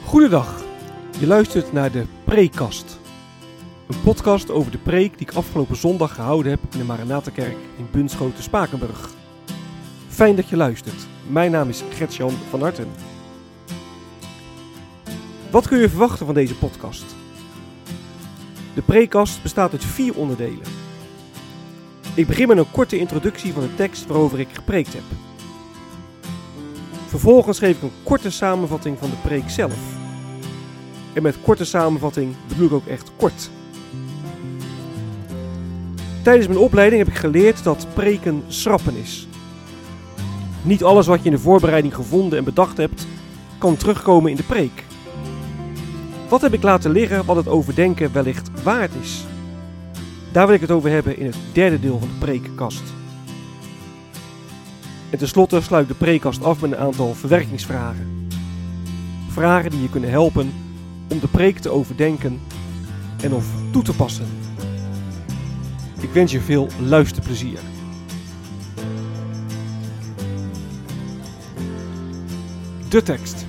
Goedendag, je luistert naar de Preekkast. Een podcast over de preek die ik afgelopen zondag gehouden heb in de Maranathakerk in Bunschoten-Spakenburg. Fijn dat je luistert. Mijn naam is Gert-Jan van Harten. Wat kun je verwachten van deze podcast? De Preekkast bestaat uit 4 onderdelen. Ik begin met een korte introductie van de tekst waarover ik gepreekt heb. Vervolgens geef ik een korte samenvatting van de preek zelf. En met korte samenvatting bedoel ik ook echt kort. Tijdens mijn opleiding heb ik geleerd dat preken schrappen is. Niet alles wat je in de voorbereiding gevonden en bedacht hebt, kan terugkomen in de preek. Wat heb ik laten liggen wat het overdenken wellicht waard is? Daar wil ik het over hebben in het derde deel van de preekkast. En tenslotte sluit ik de preekkast af met een aantal verwerkingsvragen. Vragen die je kunnen helpen om de preek te overdenken en of toe te passen. Ik wens je veel luisterplezier. De tekst.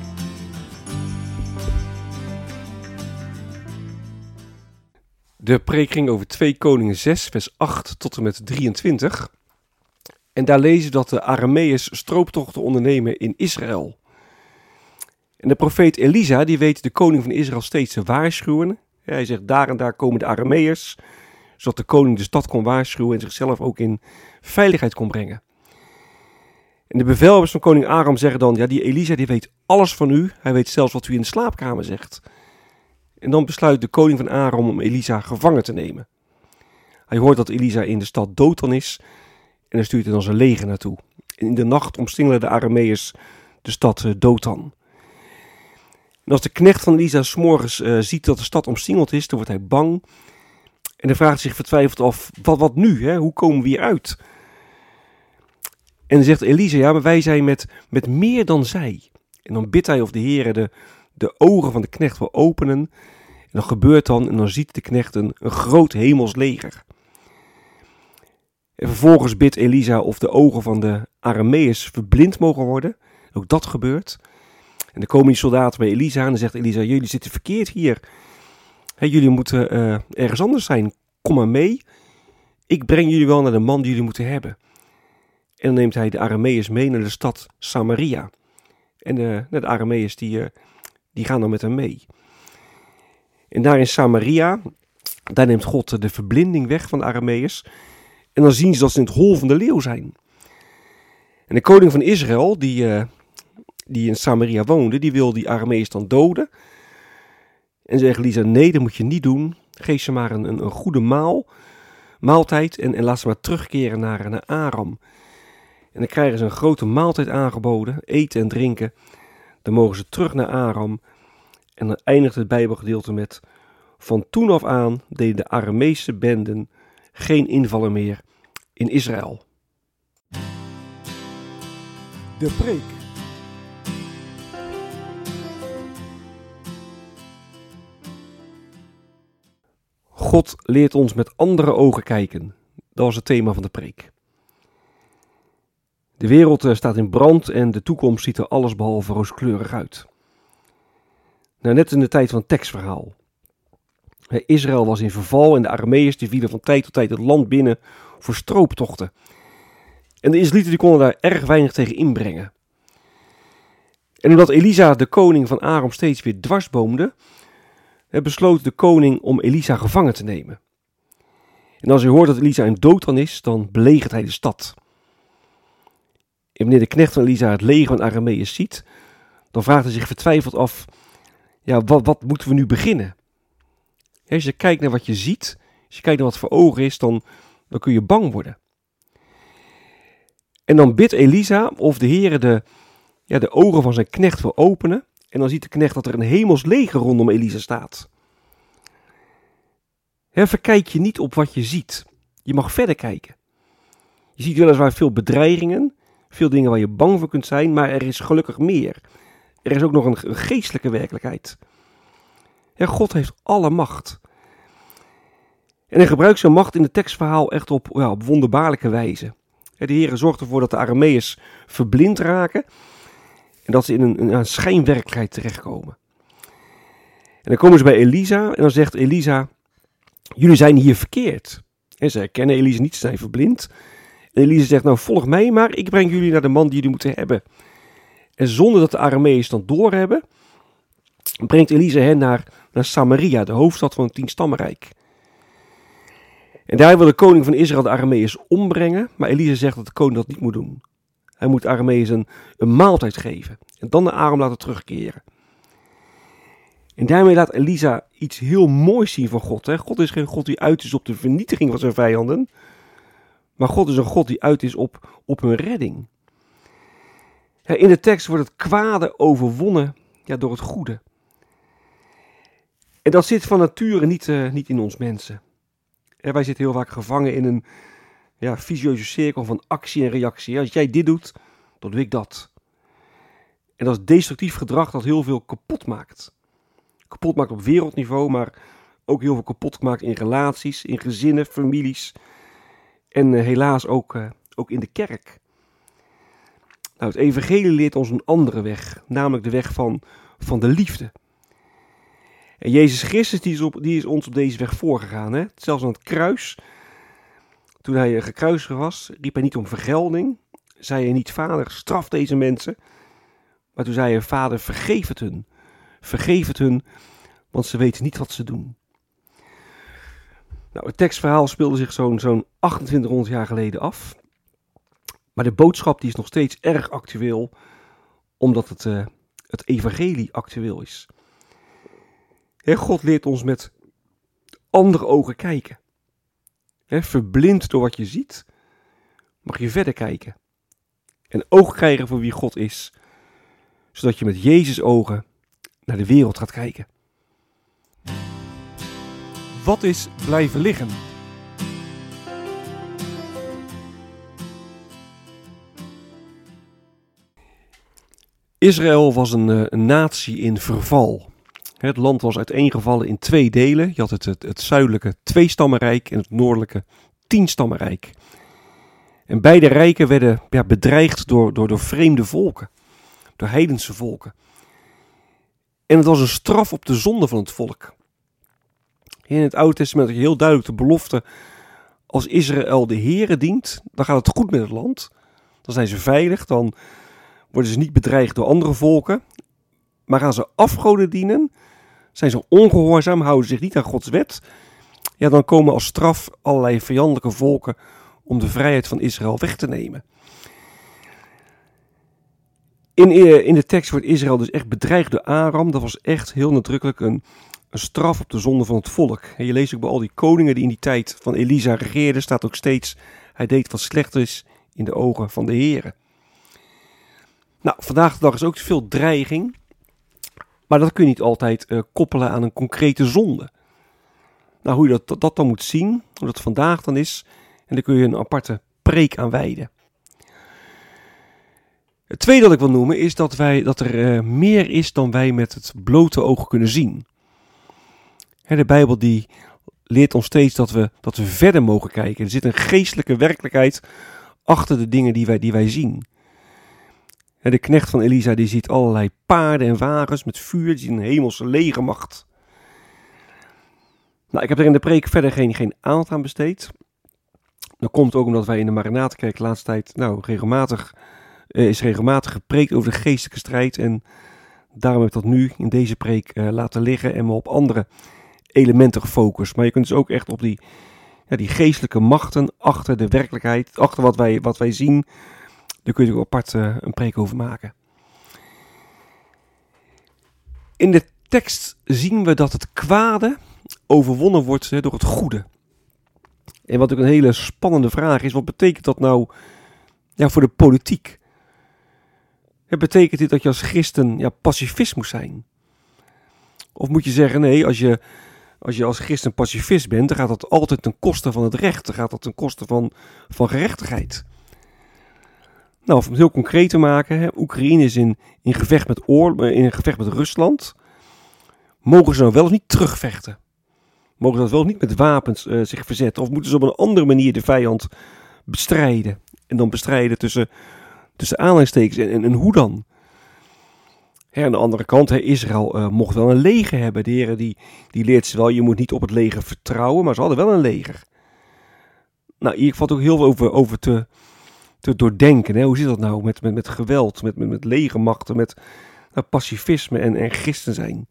De preek ging over 2 Koningen 6, vers 8 tot en met 23. En daar lezen we dat de Arameërs strooptochten ondernemen in Israël. En de profeet Elisa, die weet de koning van Israël steeds te waarschuwen. Hij zegt, daar en daar komen de Arameërs, zodat de koning de stad kon waarschuwen en zichzelf ook in veiligheid kon brengen. En de bevelhebbers van koning Aram zeggen dan, ja, die Elisa die weet alles van u. Hij weet zelfs wat u in de slaapkamer zegt. En dan besluit de koning van Aram om Elisa gevangen te nemen. Hij hoort dat Elisa in de stad Dothan is en hij stuurt er dan zijn leger naartoe. En in de nacht omsingelen de Arameërs de stad Dothan. En als de knecht van Elisa 's morgens ziet dat de stad omsingeld is, dan wordt hij bang. En dan vraagt hij zich vertwijfeld af, wat nu? Hè? Hoe komen we hier uit? En dan zegt Elisa, ja, maar wij zijn met meer dan zij. En dan bidt hij of de Heere de ogen van de knecht wil openen. En dat gebeurt dan en dan ziet de knecht een groot hemels leger. En vervolgens bidt Elisa of de ogen van de Arameërs verblind mogen worden. Ook dat gebeurt. En dan komen die soldaten bij Elisa en dan zegt Elisa, jullie zitten verkeerd hier. Jullie moeten ergens anders zijn. Kom maar mee. Ik breng jullie wel naar de man die jullie moeten hebben. En dan neemt hij de Arameërs mee naar de stad Samaria. En de Arameërs die gaan dan met hem mee. En daar in Samaria, daar neemt God de verblinding weg van de Arameërs. En dan zien ze dat ze in het hol van de leeuw zijn. En de koning van Israël, die in Samaria woonde, die wil die Arameërs dan doden. En zegt Elisa, nee, dat moet je niet doen. Geef ze maar een goede maaltijd en laat ze maar terugkeren naar Aram. En dan krijgen ze een grote maaltijd aangeboden, eten en drinken. Dan mogen ze terug naar Aram. En dan eindigt het Bijbelgedeelte met, van toen af aan deden de Arameese benden geen invallen meer in Israël. De preek. God leert ons met andere ogen kijken. Dat was het thema van de preek. De wereld staat in brand en de toekomst ziet er allesbehalve rooskleurig uit. Nou, net in de tijd van het tekstverhaal. Israël was in verval en de Arameërs die vielen van tijd tot tijd het land binnen voor strooptochten. En de Israëlieten die konden daar erg weinig tegen inbrengen. En omdat Elisa, de koning van Aram, steeds weer dwarsboomde, besloot de koning om Elisa gevangen te nemen. En als hij hoort dat Elisa in Dothan is, dan belegert hij de stad. En wanneer de knecht van Elisa het leger van Arameërs ziet, dan vraagt hij zich vertwijfeld af, ja, wat moeten we nu beginnen? Als je kijkt naar wat je ziet, als je kijkt naar wat voor ogen is, dan kun je bang worden. En dan bidt Elisa of de Heere de ogen van zijn knecht wil openen. En dan ziet de knecht dat er een hemels leger rondom Elisa staat. Verkijk je niet op wat je ziet. Je mag verder kijken. Je ziet weliswaar veel bedreigingen, veel dingen waar je bang voor kunt zijn, maar er is gelukkig meer. Er is ook nog een geestelijke werkelijkheid. God heeft alle macht. En hij gebruikt zijn macht in het tekstverhaal echt op wonderbaarlijke wijze. De Heere zorgt ervoor dat de Arameërs verblind raken en dat ze in een schijnwerkelijkheid terechtkomen. En dan komen ze bij Elisa en dan zegt Elisa, jullie zijn hier verkeerd. En ze herkennen Elisa niet, ze zijn verblind. En Elisa zegt, nou volg mij maar, ik breng jullie naar de man die jullie moeten hebben. En zonder dat de Arameërs dan doorhebben, brengt Elisa hen naar Samaria, de hoofdstad van het 10-stammenrijk. En daar wil de koning van Israël de Arameërs ombrengen, maar Elisa zegt dat de koning dat niet moet doen. Hij moet de Arameërs een maaltijd geven en dan de Aram laten terugkeren. En daarmee laat Elisa iets heel moois zien van God. Hè? God is geen God die uit is op de vernietiging van zijn vijanden, maar God is een God die uit is op hun redding. In de tekst wordt het kwade overwonnen door het goede. En dat zit van nature niet in ons mensen. Wij zitten heel vaak gevangen in een vicieuze cirkel van actie en reactie. Als jij dit doet, dan doe ik dat. En dat is destructief gedrag dat heel veel kapot maakt. Kapot maakt op wereldniveau, maar ook heel veel kapot maakt in relaties, in gezinnen, families. En helaas ook in de kerk. Nou, het evangelie leert ons een andere weg, namelijk de weg van de liefde. En Jezus Christus die is ons op deze weg voorgegaan. Hè? Zelfs aan het kruis, toen hij gekruisigd was, riep hij niet om vergelding. Zei hij niet, Vader, straf deze mensen. Maar toen zei hij, Vader, vergeef het hun. Vergeef het hun, want ze weten niet wat ze doen. Nou, het tekstverhaal speelde zich zo'n 2800 jaar geleden af. Maar de boodschap die is nog steeds erg actueel, omdat het evangelie actueel is. God leert ons met andere ogen kijken. Verblind door wat je ziet, mag je verder kijken. En oog krijgen voor wie God is, zodat je met Jezus' ogen naar de wereld gaat kijken. Wat is blijven liggen? Israël was een natie in verval. Het land was uiteengevallen in 2 delen. Je had het zuidelijke 2-stammenrijk en het noordelijke 10-stammenrijk. En beide rijken werden bedreigd door vreemde volken, door heidense volken. En het was een straf op de zonde van het volk. In het Oude Testament had je heel duidelijk de belofte, als Israël de Here dient, dan gaat het goed met het land. Dan zijn ze veilig, dan worden ze niet bedreigd door andere volken. Maar gaan ze afgoden dienen, zijn ze ongehoorzaam, houden zich niet aan Gods wet, dan komen als straf allerlei vijandelijke volken om de vrijheid van Israël weg te nemen. In de tekst wordt Israël dus echt bedreigd door Aram. Dat was echt heel nadrukkelijk een straf op de zonde van het volk. En je leest ook bij al die koningen die in die tijd van Elisa regeerden, staat ook steeds, hij deed wat slecht is in de ogen van de Here. Nou, vandaag de dag is ook veel dreiging, maar dat kun je niet altijd koppelen aan een concrete zonde. Nou, hoe je dat dan moet zien, hoe dat vandaag dan is, en daar kun je een aparte preek aan wijden. Het tweede dat ik wil noemen is dat er meer is dan wij met het blote oog kunnen zien. De Bijbel die leert ons steeds dat we verder mogen kijken. Er zit een geestelijke werkelijkheid achter de dingen die wij zien. De knecht van Elisa die ziet allerlei paarden en wagens met vuur, die ziet een hemelse legermacht. Nou, ik heb er in de preek verder geen aandacht aan besteed. Dat komt ook omdat wij in de Maranatenkerk de laatste tijd regelmatig gepreekt over de geestelijke strijd. En daarom heb ik dat nu in deze preek laten liggen en me op andere elementen gefocust. Maar je kunt dus ook echt op die geestelijke machten achter de werkelijkheid, achter wat wij zien, daar kun je ook apart een preek over maken. In de tekst zien we dat het kwade overwonnen wordt door het goede. En wat ook een hele spannende vraag is, wat betekent dat nou voor de politiek? Het betekent dit dat je als christen pacifist moet zijn? Of moet je zeggen, nee, als je als christen pacifist bent, dan gaat dat altijd ten koste van het recht. Dan gaat dat ten koste van gerechtigheid. Nou, om het heel concreet te maken, Oekraïne is in gevecht met Rusland. Mogen ze nou wel of niet terugvechten? Mogen ze dat wel of niet met wapens zich verzetten? Of moeten ze op een andere manier de vijand bestrijden? En dan bestrijden tussen aanhalingstekens en hoe dan? Aan de andere kant, Israël mocht wel een leger hebben. De Heer die leert ze wel, je moet niet op het leger vertrouwen, maar ze hadden wel een leger. Nou, hier valt ook heel veel over te doordenken. Hè? Hoe zit dat nou met geweld, met legermachten, met pacifisme en christen zijn?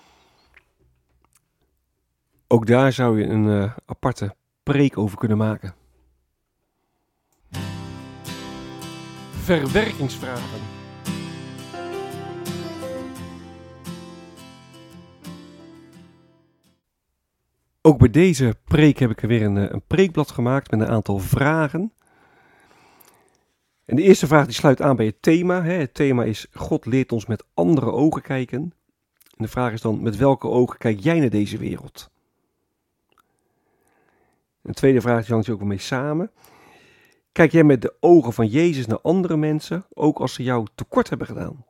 Ook daar zou je een aparte preek over kunnen maken. Verwerkingsvragen. Ook bij deze preek heb ik er weer een preekblad gemaakt met een aantal vragen. En de eerste vraag die sluit aan bij het thema. Het thema is: God leert ons met andere ogen kijken. En de vraag is dan: met welke ogen kijk jij naar deze wereld? Een tweede vraag die hangt hier ook wel mee samen. Kijk jij met de ogen van Jezus naar andere mensen, ook als ze jou tekort hebben gedaan?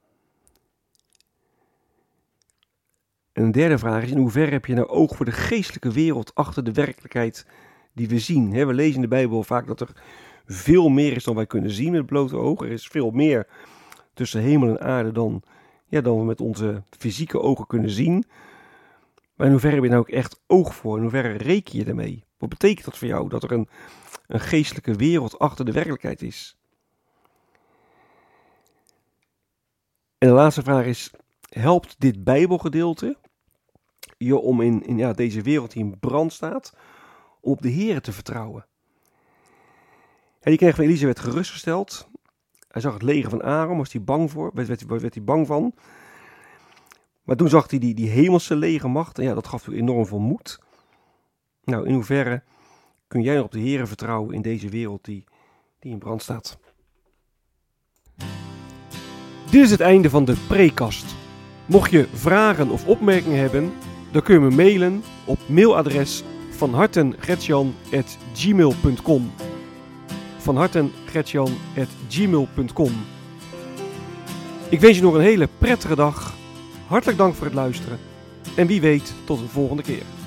En een derde vraag is: in hoeverre heb je nou oog voor de geestelijke wereld achter de werkelijkheid die we zien? We lezen in de Bijbel vaak dat er veel meer is dan wij kunnen zien met blote ogen. Er is veel meer tussen hemel en aarde dan we met onze fysieke ogen kunnen zien. Maar in hoeverre heb je nou ook echt oog voor? In hoeverre reken je ermee? Wat betekent dat voor jou, dat er een geestelijke wereld achter de werkelijkheid is? En de laatste vraag is: helpt dit Bijbelgedeelte je om in deze wereld die in brand staat, om op de Heere te vertrouwen? En die knecht van Elisa werd gerustgesteld. Hij zag het leger van Aram, was hij bang voor, werd hij bang van. Maar toen zag hij die hemelse legermacht en dat gaf hem enorm veel moed. Nou, in hoeverre kun jij op de Heere vertrouwen in deze wereld die in brand staat? Dit is het einde van de preekkast. Mocht je vragen of opmerkingen hebben, dan kun je me mailen op mailadres vanhartengertjan@gmail.com. vanhartengertjan@gmail.com. Ik wens je nog een hele prettige dag. Hartelijk dank voor het luisteren. En wie weet, tot een volgende keer.